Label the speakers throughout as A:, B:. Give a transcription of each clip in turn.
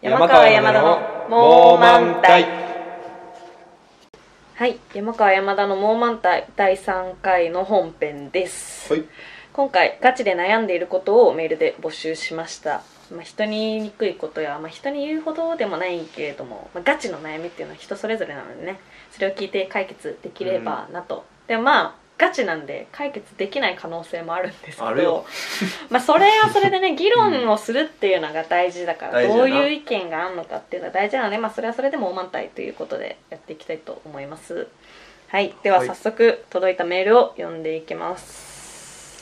A: 山川山田のもう満タイ。はい、山川山田のもう満タイ第3回の本編です、
B: はい、
A: 今回ガチで悩んでいることをメールで募集しました。人に言いにくいことや、人に言うほどでもないけれども、ガチの悩みっていうのは人それぞれなのでね、それを聞いて解決できればなと、でもガチなんで解決できない可能性もあるんですけどそれはそれでね議論をするっていうのが大事だから、どういう意見があるのかっていうのが大事なので、それはそれでも満タイということでやっていきたいと思います。はい、では早速届いたメールを読んでいきます。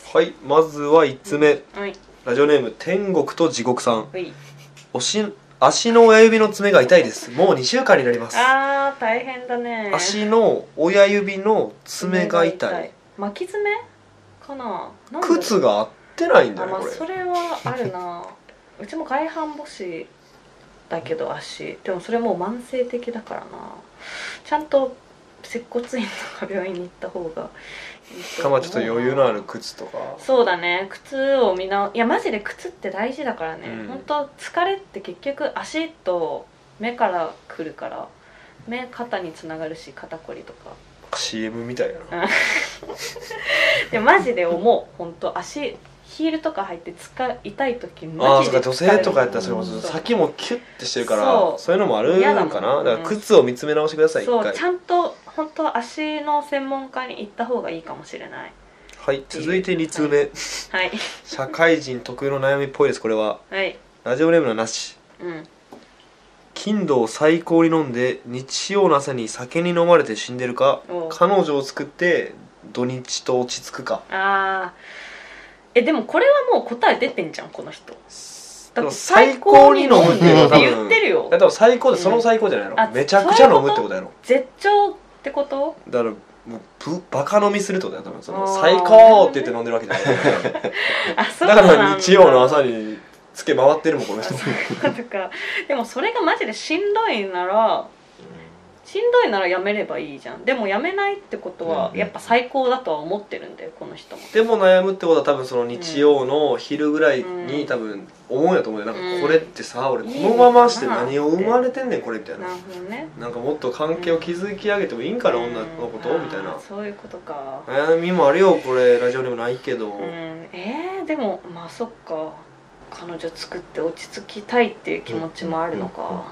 B: はい、まずは1つ目、
A: はい、
B: ラジオネーム天国と地獄さん。
A: はい、
B: 足の親指の爪が痛いです。もう2週間になります。
A: あー大変だね。
B: 足の親指の爪が痛い。
A: 巻き爪かな。
B: 靴が合ってないんだよね、これ。
A: それはあるなうちも外反母趾だけど足でもそれもう慢性的だからな、ちゃんと接骨院とか病院に行った方がいいと思うな。
B: ちょっと余裕のある靴とか。
A: そうだね、靴をいやマジで靴って大事だからね、本当疲れって結局足と目から来るから、目肩につながるし、肩こりとか
B: CM みたいな
A: でマジで思う、本当足ヒールとか履いて痛い時マジで疲れる。
B: 女性とかやったらそれも先もキュッてしてるから、そういうのもあるんかな。だから靴を見つめ直してください。
A: そう、ちゃんと本当足の専門家に行った方がいいかもしれない。
B: はい、続いて2通目、
A: はい、
B: 社会人特有の悩みっぽいです。これは、
A: はい、
B: ラジオネームのなし。金土を最高に飲んで日曜の朝に酒に飲まれて死んでるか、彼女を作って土日と落ち着くか。
A: でもこれはもう答え出てんじゃん、この人。
B: だって最高に飲むっていうのは
A: 言ってるよ。
B: 多分最高でその最高じゃないの、めちゃくちゃ飲むってことやろ。
A: 絶頂ってこと？
B: だからもうバカ飲みするってことや多分。その最高って言って飲んでるわけじゃないだから日曜の朝につけ回ってるもんこの人
A: でもそれがマジでしんどいならやめればいいじゃん。でもやめないってことはやっぱ最高だとは思ってるんだよ、この人も。
B: でも悩むってことは多分その日曜の昼ぐらいに多分思うんやと思うよ。なんかこれってさ、俺このままして何を生まれてんねんこれみたいな。なんかもっと関係を築き上げてもいいんかな、女の子とみたいな。
A: そういうことか。
B: 悩みもあるよこれ。ラジオでもないけど、
A: でもそっか、彼女作って落ち着きたいっていう気持ちもあるのか。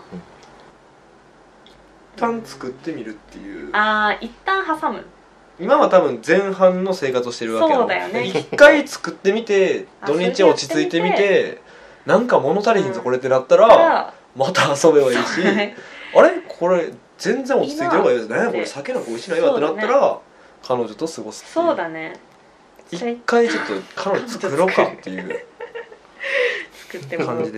B: 一旦作ってみるっていう。
A: 一旦挟む。
B: 今は多分前半の生活をしてるわけやろ。
A: そうだよね。
B: 一回作ってみて土日落ち着いてみて、なんか物足りひんぞこれってなったらまた遊べばいいし、あれこれ全然落ち着いてるからいいですね、これ酒なんか美味しないわってなったら彼女と過ごすっていう。
A: そうだね、
B: 一回ちょっと彼女作ろうかっていう
A: 作ってもらって。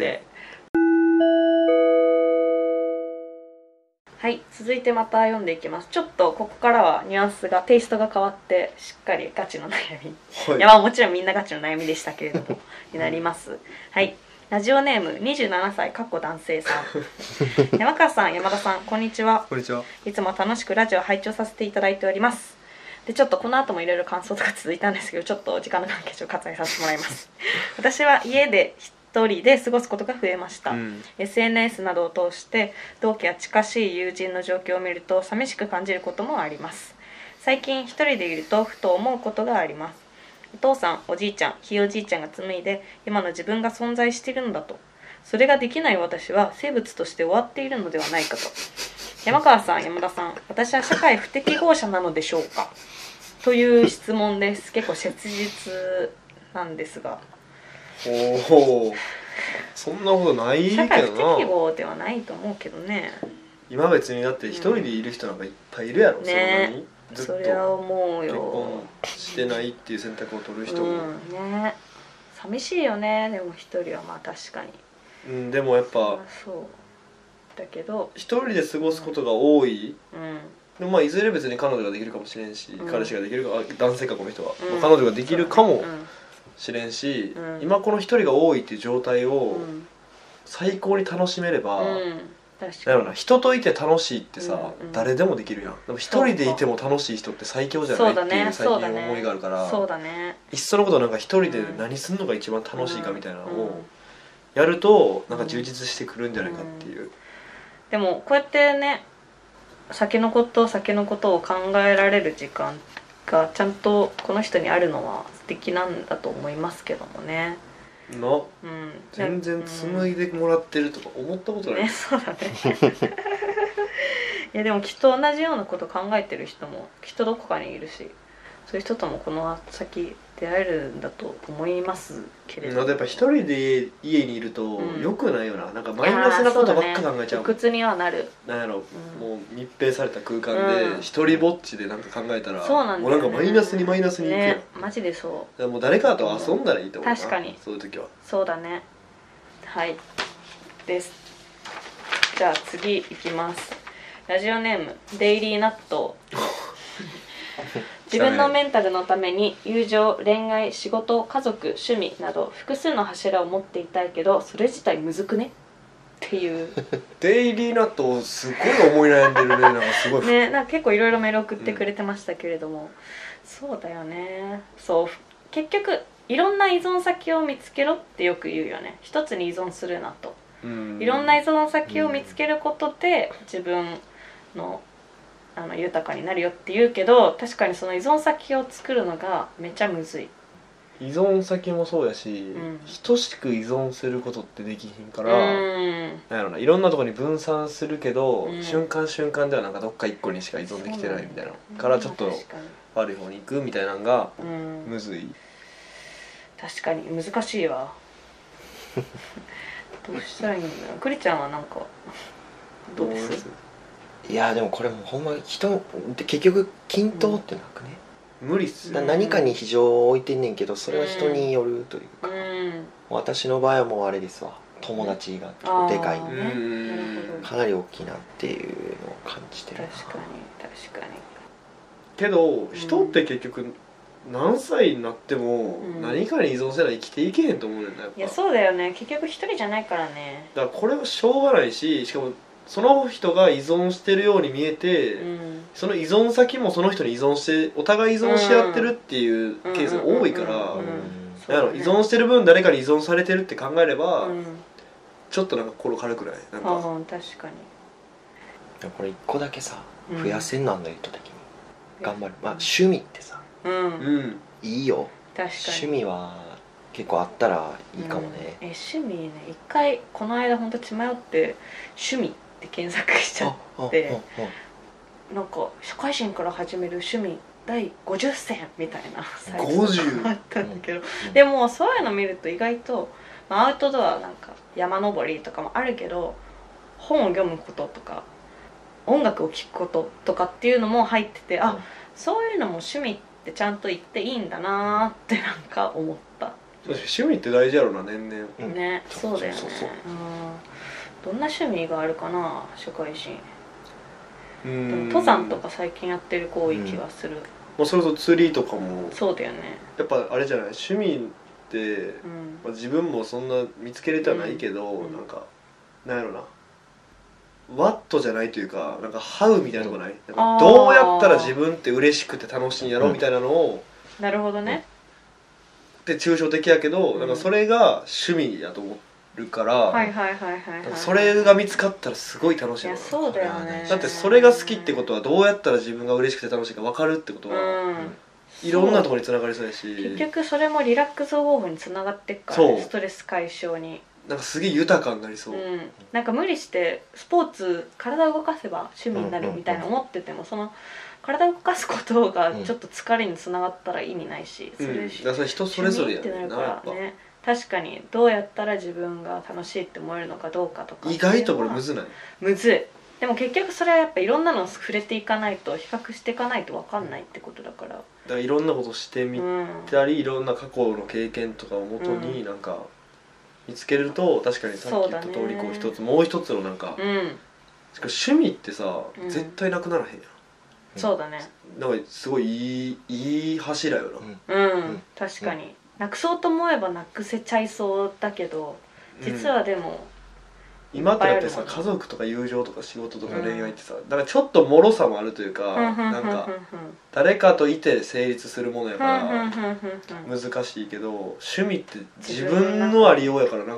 A: はい、続いてまた読んでいきます。ちょっとここからはニュアンスがテイストが変わってしっかりガチの悩み、いやもちろんみんなガチの悩みでしたけれどもになります。はい、ラジオネーム27歳男性さん山川さん、山田さん、こんにちは。
B: こんにちは。
A: いつも楽しくラジオを拝聴させていただいております。でちょっとこの後もいろいろ感想とか続いたんですけど、ちょっと時間の関係上割愛させてもらいます私は家で一人で過ごすことが増えました、SNS などを通して同期や近しい友人の状況を見ると寂しく感じることもあります。最近一人でいるとふと思うことがあります。お父さん、おじいちゃん、ひいおじいちゃんが紡いで今の自分が存在しているのだと、それができない私は生物として終わっているのではないかと。山川さん、山田さん、私は社会不適合者なのでしょうかという質問です。結構切実なんですが。
B: そんなことないけどな。
A: 社会不適合ではないと思うけどね。
B: 今別にだって一人でいる人なんかいっぱいいるやろ、
A: ね、
B: ずっと
A: それは思うよ。
B: 結婚してないっていう選択を取る人も、
A: ね、寂しいよね。でも一人は確かに、
B: でもやっぱ
A: そうだけど
B: 一人で過ごすことが多い、でもいずれ別に彼女ができるかもしれんし、彼氏ができるか、男性かこの人は、彼女ができるかもしれんし、今この一人が多いっていう状態を最高に楽しめれば、だよな、人といて楽しいってさ、誰でもできるやん。でも一人でいても楽しい人って最強じゃないっていう最近思いがあるから、いっそのことなんか一人で何するのが一番楽しいかみたいなのをやるとなんか充実してくるんじゃないかっていう、
A: でもこうやってね先のことを考えられる時間がちゃんとこの人にあるのは素敵なんだと思いますけどもね。
B: 全然紡いでもらってるとか思ったことない、
A: ね、そうだねいやでもきっと同じようなこと考えてる人もきっとどこかにいるし、そういう人ともこの先出会えるんだと思いますけれど、
B: やっぱ一人で家にいると良くないよな、なんかマイナスなことばっか考えちゃうもん。
A: 鬱屈にはなる。
B: なんやろ、もう密閉された空間で一人ぼっちでなんか考えたら、
A: もう
B: なんかマイナスにいくよ
A: ね、マジでそう。
B: もう誰かと遊んだらいいと思うな。
A: 確かに
B: そういう時は。
A: そうだね。はいです。じゃあ次いきます。ラジオネームデイリー納豆自分のメンタルのために友情、恋愛、仕事、家族、趣味など複数の柱を持っていたいけどそれ自体むずくねっていう
B: デイリー納豆すごい思い悩んでるね。なんかすごい
A: ね、なんか結構いろいろメール送ってくれてましたけれども、そうだよね。そう結局いろんな依存先を見つけろってよく言うよね。一つに依存するなと。いろんな依存先を見つけることで自分の豊かになるよって言うけど、確かにその依存先を作るのがめちゃむずい。
B: 依存先もそうやし、等しく依存することってできひんから、なんやろな、いろんなところに分散するけど、瞬間瞬間ではなんかどっか一個にしか依存できてないみたいな、からちょっと悪い方に行くみたいなのがむずい。
A: 確かに難しいわどうしたらいいんだろう。クリちゃんはなんかどうです？
C: いやでもこれもほんま人で結局均等ってなくね、
B: 無理っす。
C: 何かに非常を置いてんねんけど、それは人によるというか、私の場合はもうあれですわ、友達がでかい、かなり大きいなっていうのを感じてる。
A: 確かに
B: けど人って結局何歳になっても何かに依存せない生きていけへんと思うねんな、やっぱ。
A: いやそうだよね、結局一人じゃないからね。
B: だからこれはしょうがないし、しかもその人が依存してるように見えて、その依存先もその人に依存してお互い依存し合ってるっていうケースが多いから、依存してる分誰かに依存されてるって考えれば、ちょっとなんか心軽くない？なんか
A: 確かに。
C: これ一個だけさ、増やせんのあんの言った時に頑張る。まあ趣味ってさ、いいよ。
A: 確かに
C: 趣味は結構あったらいいかもね。
A: 趣味ね、一回この間ほんと血迷って趣味って検索しちゃって、なんか社会人から始める趣味第50選みたいなサイトがあったんだけど、でもそういうの見ると意外と、アウトドアなんか山登りとかもあるけど、本を読むこととか音楽を聴くこととかっていうのも入ってて、そういうのも趣味ってちゃんと言っていいんだなってなんか思った。
B: 趣味って大事やろな、年々。
A: ね、そうだよね。どんな趣味があるかな、社会人。でも登山とか最近やってる子多い気がする。
B: それこそ釣りとかも
A: そうだよね。
B: やっぱあれじゃない、趣味って、自分もそんな見つけれてはないけど、なんかなんやろな、ワットじゃないというか、なんかハウみたいなとこない？なんかどうやったら自分って嬉しくて楽しいんやろみたいなのを、
A: なるほどね。
B: で抽象的やけど、なんかそれが趣味やと思るから、それが見つかったらすごい楽しい。
A: いやそうだよね。
B: だってそれが好きってことは、どうやったら自分が嬉しくて楽しいか分かるってことは、いろんなところにつながりそうやし、
A: 結局それもリラックス方法につながってっからね、ストレス解消に。
B: なんかすげえ豊かになりそう。
A: なんか無理してスポーツ、体を動かせば趣味になるみたいな思ってても、その体を動かすことがちょっと疲れにつながったら意味ないし、
B: それ人それぞれやねんな、やっぱ。
A: 確かにどうやったら自分が楽しいって思えるのかどうかとか、
B: 意外とこれむずない？
A: むずい。でも結局それはやっぱいろんなの触れていかないと、比較していかないと分かんないってことだから。だ
B: からいろんなことしてみたり、いろんな過去の経験とかをもとになんか見つけると、確かにさっき言った通り、こう一つもう一つのなんか、しかも趣味ってさ、絶対なくならへんやん。
A: そうだね。
B: なんかすごいいい柱よ
A: な。確かに。なくそうと思えばなくせちゃいそうだけど、実はでも、
B: 今ってだってさ、家族とか友情とか仕事とか恋愛ってさ、だからちょっと脆さもあるというか、なんか誰かといて成立するものやから難しいけど、趣味って自分のありようやから、なんか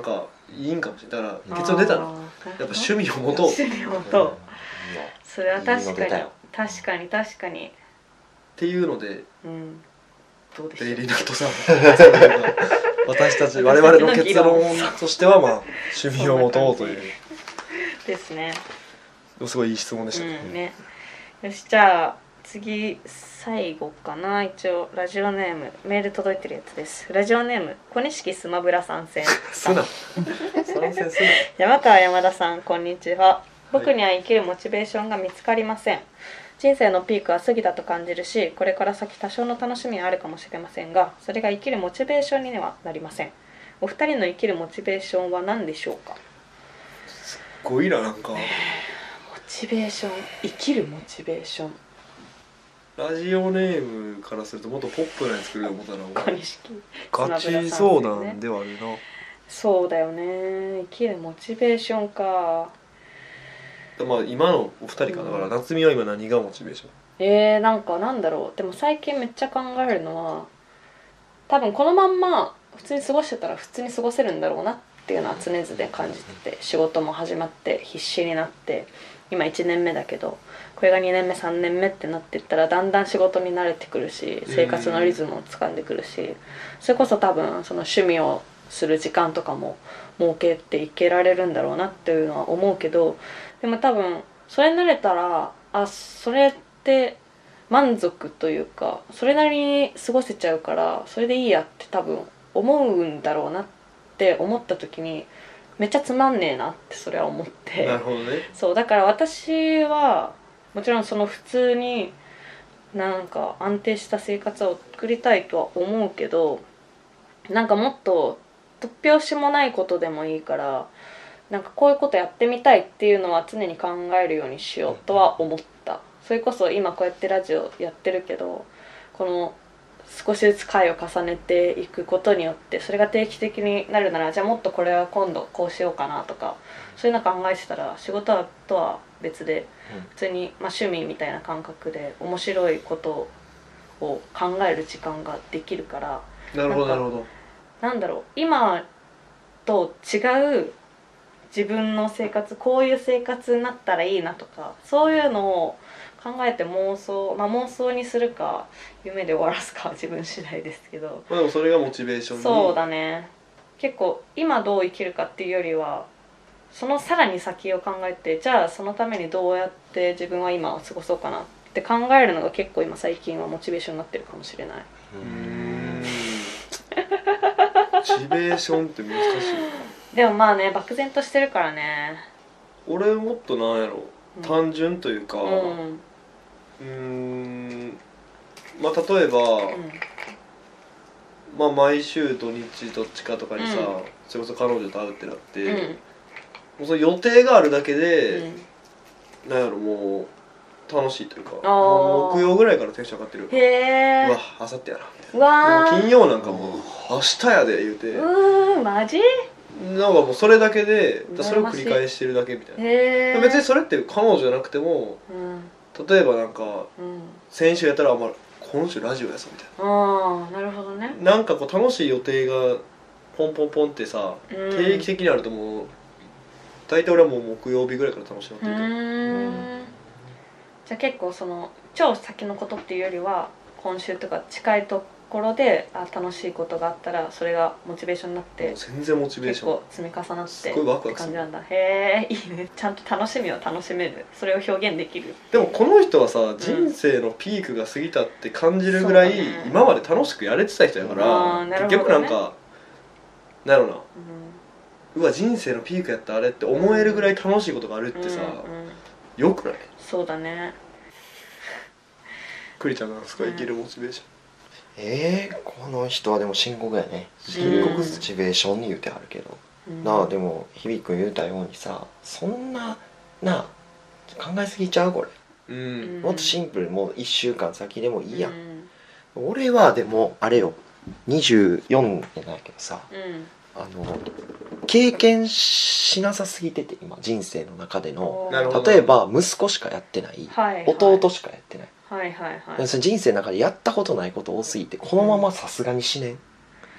B: いいんかもしれない。だから結論出たらやっぱ趣味を持とう。
A: 趣味を持とう。それは確かに確かに確かに。
B: っていうので、
A: どうでしょう。
B: デイリーナットさん私たち我々の結論としてはまあ趣味を持とうという
A: ですね。
B: すごいいい質問でしたね。
A: よし、じゃあ次最後かな。一応ラジオネームメール届いてるやつです。ラジオネーム小錦スマブラ参戦
B: すな参戦すな。
A: 山川山田さん、こんにちは。僕には生きるモチベーションが見つかりません。人生のピークは過ぎたと感じるし、これから先多少の楽しみはあるかもしれませんが、それが生きるモチベーションにはなりません。お二人の生きるモチベーションは何でしょうか。
B: すっごいな、なんか
A: モチベーション、生きるモチベーション。
B: ラジオネームからするともっとポップなやつ作ると思ったら
A: 小錦
B: ガチ相談ではあるな。
A: そうだよね。生きるモチベーションか。
B: まあ今のお二人かだから、夏美は今何がモチベーション？
A: なんかなんだろう。でも最近めっちゃ考えるのは、多分このまんま普通に過ごしてたら普通に過ごせるんだろうなっていうのは常々感じてて、仕事も始まって必死になって、今1年目だけど、これが2年目3年目ってなっていったらだんだん仕事に慣れてくるし、生活のリズムを掴んでくるし、それこそ多分その趣味をする時間とかも設けていけられるんだろうなっていうのは思うけど、でも多分それに慣れたらそれって満足というかそれなりに過ごせちゃうからそれでいいやって多分思うんだろうなって思った時にめっちゃつまんねえなってそれは思って。
B: なるほどね。
A: そうだから私はもちろんその普通になんか安定した生活を送りたいとは思うけど、なんかもっと突拍子もないことでもいいからなんかこういうことやってみたいっていうのは常に考えるようにしようとは思った。それこそ今こうやってラジオやってるけど、この少しずつ回を重ねていくことによってそれが定期的になるなら、じゃあもっとこれは今度こうしようかなとか、そういうの考えてたら仕事とは別で普通に、趣味みたいな感覚で面白いことを考える時間ができるから。
B: なるほどなるほど。
A: なんだろう、今と違う自分の生活、こういう生活になったらいいなとか、そういうのを考えて妄想にするか夢で終わらすかは自分次第ですけど、
B: でもそれがモチベーションに。
A: そうだね。結構今どう生きるかっていうよりはそのさらに先を考えて、じゃあそのためにどうやって自分は今を過ごそうかなって考えるのが結構今最近はモチベーションになってるかもしれない。
B: モチベーションって難しい。
A: でもまあね、漠然としてるからね。
B: 俺もっとなんやろ、単純というか、例えば、毎週土日どっちかとかにさ、それこそ彼女と会うってなって、もうその予定があるだけで、なんやろもう楽しいというか、もう木曜ぐらいからテンション上がってる。
A: へー、
B: うわ明後日やなみたいな。
A: うわー、
B: 金曜なんかもう明日やで言うて、
A: マジ？
B: なんかもうそれだけでそれを繰り返してるだけみたいな。別にそれって彼女じゃなくても、例えばなんか、先週やったら今週ラジオやぞみたいな。
A: なるほどね。
B: なんかこう楽しい予定がポンポンポンってさ、定期的にあるともう大体俺はもう木曜日ぐらいから楽しくなってるから。
A: じゃあ結構その超先のことっていうよりは今週とか近いところで楽しいことがあったらそれがモチベーションになって
B: 全然モチベーション
A: 結構積み重なって
B: すごいワクワクする
A: 感じなんだ。へえ、いいね。ちゃんと楽しみを楽しめる、それを表現できる。
B: でもこの人はさ、人生のピークが過ぎたって感じるぐらい、今まで楽しくやれてた人やから、結局なんかなんやろな、うわ人生のピークやったあれって思えるぐらい楽しいことがあるってさ、よくない？
A: そうだね。
B: クリちゃんなんですか、生きるモチベーション。
C: この人はでも深刻やね。深刻モチベーションに言うてあるけど、でも響くん言うたようにさ、そんな考えすぎちゃうこれ、もっとシンプル、もう1週間先でもいいやん。俺はでもあれよ、24じゃないけどさ、経験しなさすぎてて今人生の中での、例えば息子しかやってない、弟しかやってない、その人生の中でやったことないこと多すぎてこのままさすがに死ねん。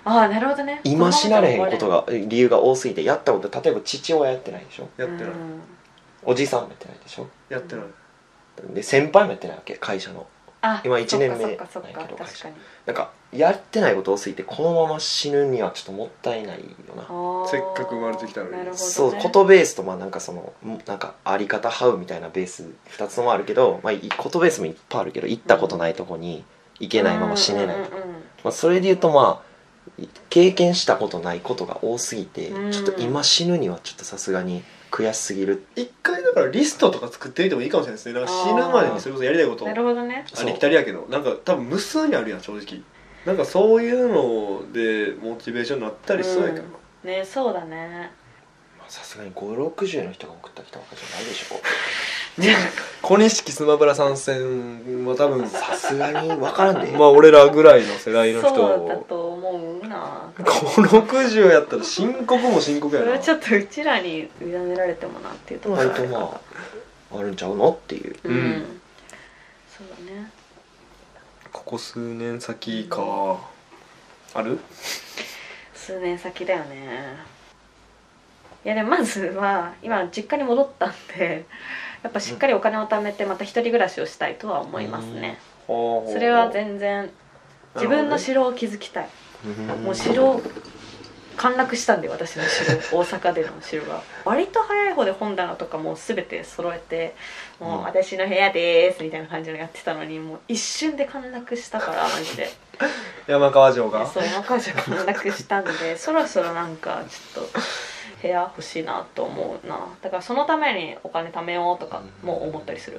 A: ああなるほどね。
C: 今死なれへんことが理由が多すぎて、やったこと例えば父親やってないでしょ、
B: やってない、
C: おじさんもやってないでしょ、
B: やってない、
C: で先輩もやってないわけ、会社の。今1年目
A: な
C: ないんけど、会社なんかやってないこと多すぎて、このまま死ぬにはちょっともったいないよな。
B: せっかく生まれてきたのに、
A: ね、
C: そう、ことベースとなんかそのなんかあり方ハウみたいなベース2つともあるけど、ことベースもいっぱいあるけど、行ったことないとこに行けないまま死ねないと、それで言うと経験したことないことが多すぎて、ちょっと今死ぬにはちょっとさすがに悔しすぎる。
B: 一回だからリストとか作ってみてもいいかもしれないですね。なんか死ぬまでにそれこそやりたいこと、
A: なるほどね、
B: ありきたりやけど、なんか多分無数にあるやん正直。なんかそういうのでモチベーションになったりしそうやけどな、
A: ね、そうだね。
C: さすがに5、60の人が送ってきたわけじゃないでしょ。
B: 小錦スマブラ参戦は多分
C: さすがに分からんで、
B: 俺らぐらいの世代の人、
A: そうだと思うな。
B: 5、60やったら深刻も深刻やな。
A: それはちょっとうちらに委ねられてもなっていうところがあるから、
C: あるんちゃうのっていう。
A: そうだね。
B: ここ数年先か、ある？
A: 数年先だよね。いやでもまずは今実家に戻ったんで、やっぱしっかりお金を貯めてまた一人暮らしをしたいとは思いますね。それは全然自分の城を築きたい。もう城陥落したんで、私の城大阪での城が割と早い方で本棚とかもう全て揃えて、もう私の部屋ですみたいな感じのやってたのに、もう一瞬で陥落したから、マジで
B: 山川城が
A: そう、山川城陥落したんでそろそろなんかちょっと部屋欲しいなと思うな。だからそのためにお金貯めようとかも思ったりする。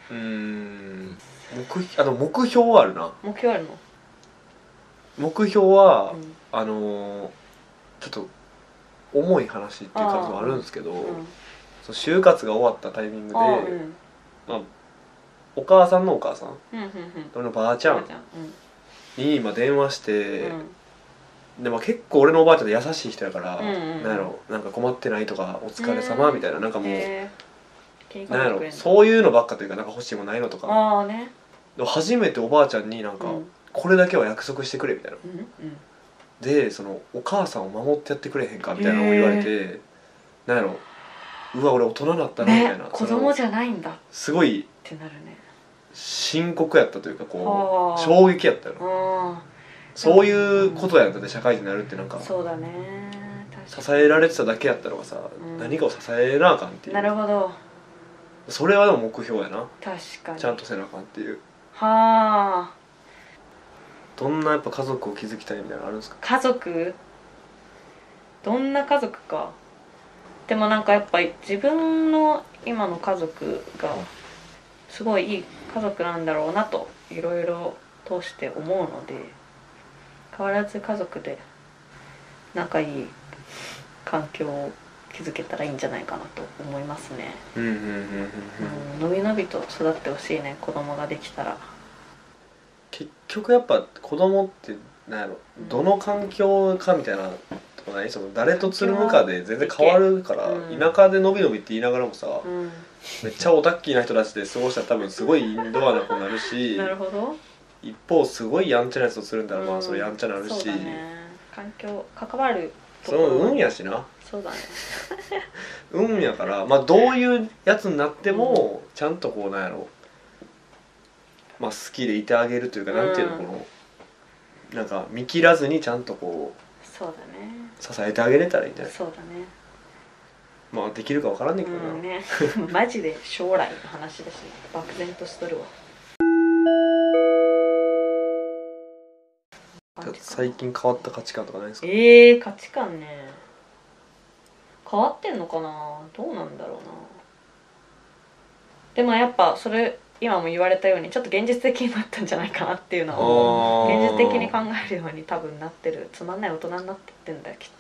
B: 目標はあるな。
A: 目標あるの？
B: 目標は、ちょっと重い話っていう感じもあるんですけど、その就活が終わったタイミングで、お母さんのお母さん、俺のばあちゃんに今電話して、で結構俺のおばあちゃんって優しい人やから、なんやろ、なんか困ってないとかお疲れ様みたいな、なんかもう、なんやろ、そういうのばっかというか、なんか欲しいもないのとか、初めておばあちゃんになんか、これだけは約束してくれみたいな、でそのお母さんを守ってやってくれへんかみたいなのを言われて、なんやろ、うわ俺大人になったなみたいな、
A: 子供じゃないんだ
B: すごい
A: ってなるね。
B: 深刻やったというか、こう衝撃やったよ。そういうことやったで社会人になるって、なんか
A: そうだね、
B: 支えられてただけやったのがさ、何かを支えなあかんっていう。
A: なるほど。
B: それはでも目標やな。
A: 確かに
B: ちゃんとせなあかんっていう。
A: はあ。
B: どんなやっぱ家族を築きたいみたいなのあるんですか？
A: 家族？どんな家族か。でもなんかやっぱり自分の今の家族がすごいいい家族なんだろうなといろいろ通して思うので、変わらず家族で仲いい環境を築けたらいいんじゃないかなと思いますね。のびのびと育ってほしいね、子供ができたら。
B: 結局やっぱ子供ってなんやろ、どの環境かみたいなとこない？その誰とつるむかで全然変わるから、田舎でのびのびって言いながらもさ、めっちゃオタッキーな人たちで過ごしたら多分すごいインドアな子になるし
A: なるほど。
B: 一方すごいやんちゃなやつとするんだら、まあそれやんちゃになるし、
A: そうだね、環境関わる
B: その運やしな。
A: そうだね
B: 運やから、まあどういうやつになってもちゃんとこうなんやろ、まあ好きでいてあげるというか、なんていうの、このなんか見切らずにちゃんとこう
A: そうだね、
B: 支えてあげれたらいいんじゃない？
A: そうだね。
B: まあできるかわからんねんけどな、
A: ねマジで将来の話だし、漠然としとるわ。
B: 最近変わった価値観とかないですか？
A: 価値観ね、変わってんのかな、どうなんだろうな。でもやっぱそれ今も言われたようにちょっと現実的になったんじゃないかなっていうのを現実的に考えるように多分なってる。つまんない大人になってってんだよきっ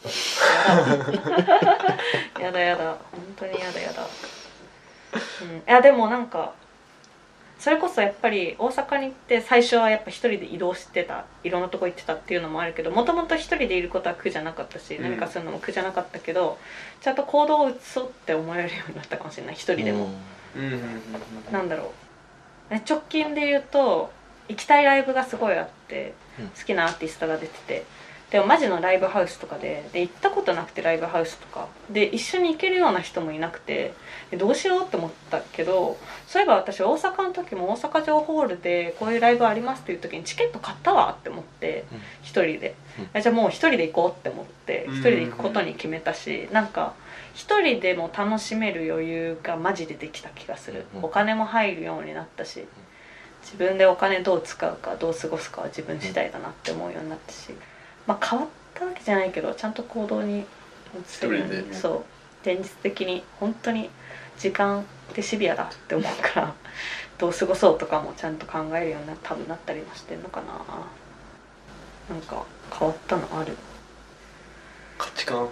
A: とやだやだ本当にやだやだ、いやでもなんかそれこそやっぱり大阪に行って最初はやっぱ一人で移動してた、いろんなとこ行ってたっていうのもあるけど、もともと一人でいることは苦じゃなかったし、何かするのも苦じゃなかったけど、ちゃんと行動を移そうって思えるようになったかもしれない、一人でも。なんだろう、直近で言うと行きたいライブがすごいあって、好きなアーティストが出てて、 でもマジのライブハウスとかで行ったことなくて、ライブハウスとかで一緒に行けるような人もいなくて、どうしようって思ったけど、そういえば私大阪の時も大阪城ホールでこういうライブありますっていう時にチケット買ったわって思って、一人で、じゃあもう一人で行こうって思って一人で行くことに決めたし、なんか一人でも楽しめる余裕がマジでできた気がする。お金も入るようになったし、自分でお金どう使うかどう過ごすかは自分次第だなって思うようになったし、まあ変わったわけじゃないけどちゃんと行動に移せるように、そう現実的に本当に時間ってシビアだって思うからどう過ごそうとかもちゃんと考えるように多分なったりもしてんのかな。なんか変わったのある？
B: 価値観、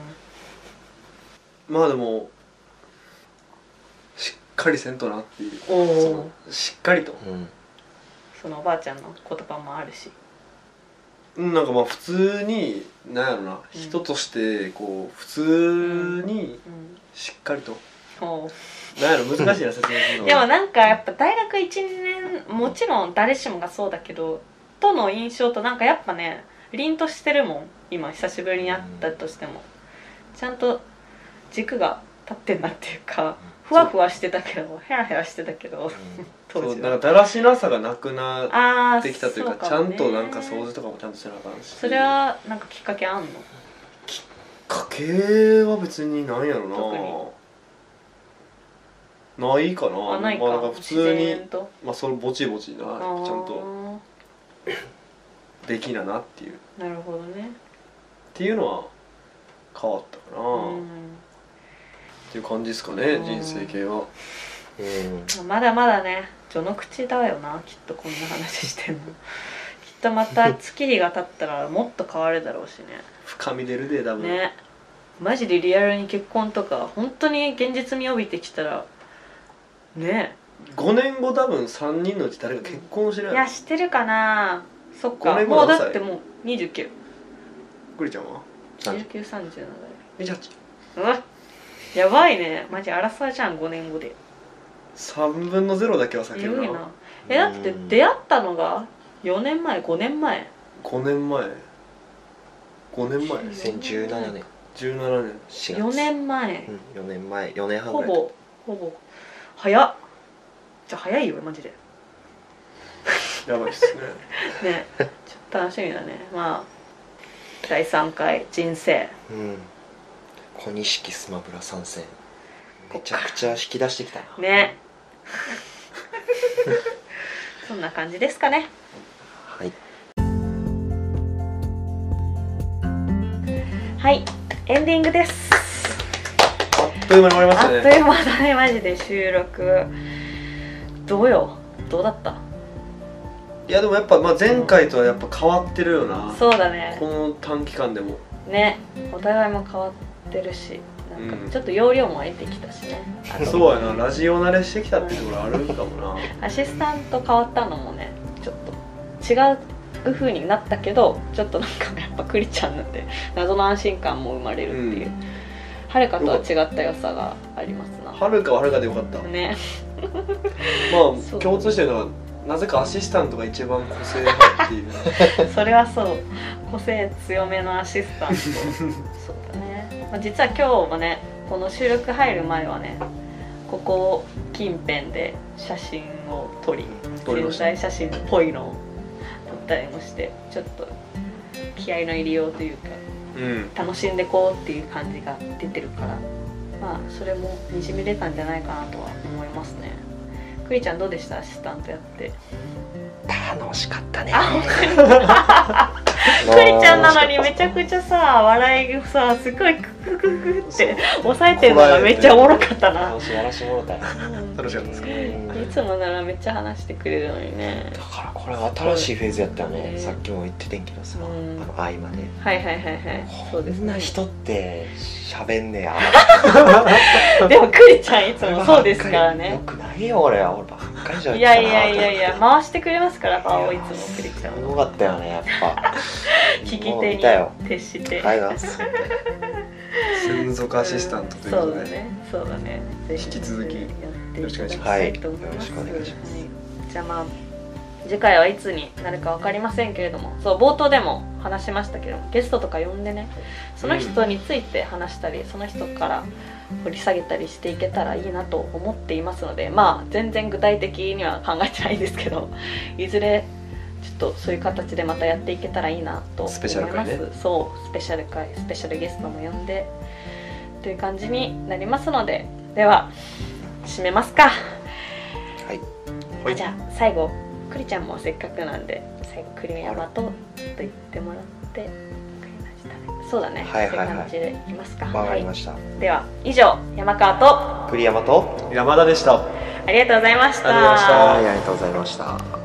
B: まあでもしっかりせんとなっていう、そのしっかりと、
A: そのおばあちゃんの言葉もあるし、
B: なんかまあ普通になんやろな、人としてこう普通にしっかりと、なんやろ難しいな説明するの。
A: でもなんかやっぱ大学 1,2 年もちろん誰しもがそうだけどとの印象となんかやっぱね凛としてるもん。今久しぶりに会ったとしてもちゃんと軸が立ってんなっていうか、ふわふわしてたけどヘラヘラしてたけど、当時は
B: そうなんかだらしなさがなくなってきたというか、ちゃんとなんか掃除とかもちゃんとしなあかんし。
A: それはなんかきっかけあんの？
B: きっかけは別になんやろな、ないかな。
A: ないか、
B: まあ、なんか普通にまあそれぼちぼちなちゃんとできななっていう。
A: なるほどね。
B: っていうのは変わったかな、っていう感じですかね、人生系は。
A: まだまだね序の口だよな、きっとこんな話してんのきっとまた月日が経ったらもっと変わるだろうしね。
B: 深み出るで多分
A: ね。マジでリアルに結婚とか本当に現実味帯びてきたらね。
B: 5年後多分3人のうち誰か結婚してるやろ。
A: いやしてるかな。そっか、
B: 5年後
A: もう
B: 何歳？
A: だってもう29。
B: クリちゃんは
A: 29、37だよ。
B: 28。
A: うわやばいね、マジアラサーじゃん5年後で。
B: 3分の0だけは避けるな。
A: いな。だって出会ったのが4年前5年前
B: 5年前5年前
C: 2017年
B: 17年
C: 4月
A: 4年前、
C: 4年前4年半ぐ
A: ほ
C: らい
A: ぼ早っ。じゃあ早いよマジで
B: やばいっすね
A: ね。ちょっと楽しみだね。まあ第3回人生、
C: 小錦スマブラ参戦めちゃくちゃ引き出してきたな
A: ねそんな感じですかね。
C: はい
A: はい、エンディングです。
B: あっという間に終わりましたね。
A: あっという間だねマジで。収録どうだった？
B: いやでもやっぱ、まあ、前回とはやっぱ変わってるよな、
A: そうだね。
B: この短期間でも
A: ね、お互いも変わってるし、なんかちょっと容量も得てきたしね、
B: そうやな、ラジオ慣れしてきたっていうところあるかもな
A: アシスタント変わったのもねちょっと違う風になったけど、ちょっとなんかやっぱクリちゃんなんて謎の安心感も生まれるっていう、はるかとは違った良さがありますな。
B: はるかははるかでよかった
A: ね
B: まあ共通してるのはなぜかアシスタントが一番個性派っていう
A: それはそう、個性強めのアシスタントそうだね、まあ、実は今日もねこの収録入る前はねここ近辺で写真を撮り全体写真っぽいのを撮ったりもして、ちょっと気合の入りようというか、楽しんでこうっていう感じが出てるから、まあそれもにじみ出たんじゃないかなとは思いますね。クリちゃんどうでした？アシスタントやって。
C: 楽しかったね。
A: あ、本当にクリちゃんなのにめちゃくちゃさ笑いがさすごいククククって抑えてるのがめっちゃおもろかったな。
C: 楽しい話もろたよ。
B: 楽しかったですか？
A: いつもならめっちゃ話してくれるのにね。
C: だからこれ新しいフェーズやったよね。さっきも言っててんけどさ、合間で。
A: はいはいはいはい。そうですね。
C: こんな人って喋んねや。
A: でもクリちゃんいつもそうですからね。
C: よくないよ俺ばっかりじゃん。
A: いやいやいやいや回してくれますから顔いつもクリちゃん。
C: よかったよねやっぱ。
A: 聞き手に徹して。
C: はいな。
B: 専属アシスタントということで、
A: そうだね。
B: 引き続きよろしくお願いします。
C: はい。よろしくお願いします。
A: じゃあまあ次回はいつになるか分かりませんけれども、そう冒頭でも話しましたけども、ゲストとか呼んでね、その人について話したり、その人から掘り下げたりしていけたらいいなと思っていますので、まあ全然具体的には考えてないんですけど、いずれちょっとそういう形でまたやっていけたらいいなと思います。
B: スペシャル回ね。
A: そうスペシャル回、スペシャルゲストも呼んでという感じになりますので、では締めますか。
C: はい、
A: じゃあ最後クリちゃんもせっかくなんで最後クリヤマトと言ってもらって、そうだね、
C: はいはいはい、
A: そういう感じでいきますか。
C: わかりました、
A: では以上、山川と
C: 栗山と
B: 山田でした。
A: ありがとうございました。
B: ありがとうございました。
C: はい、ありがとうございました。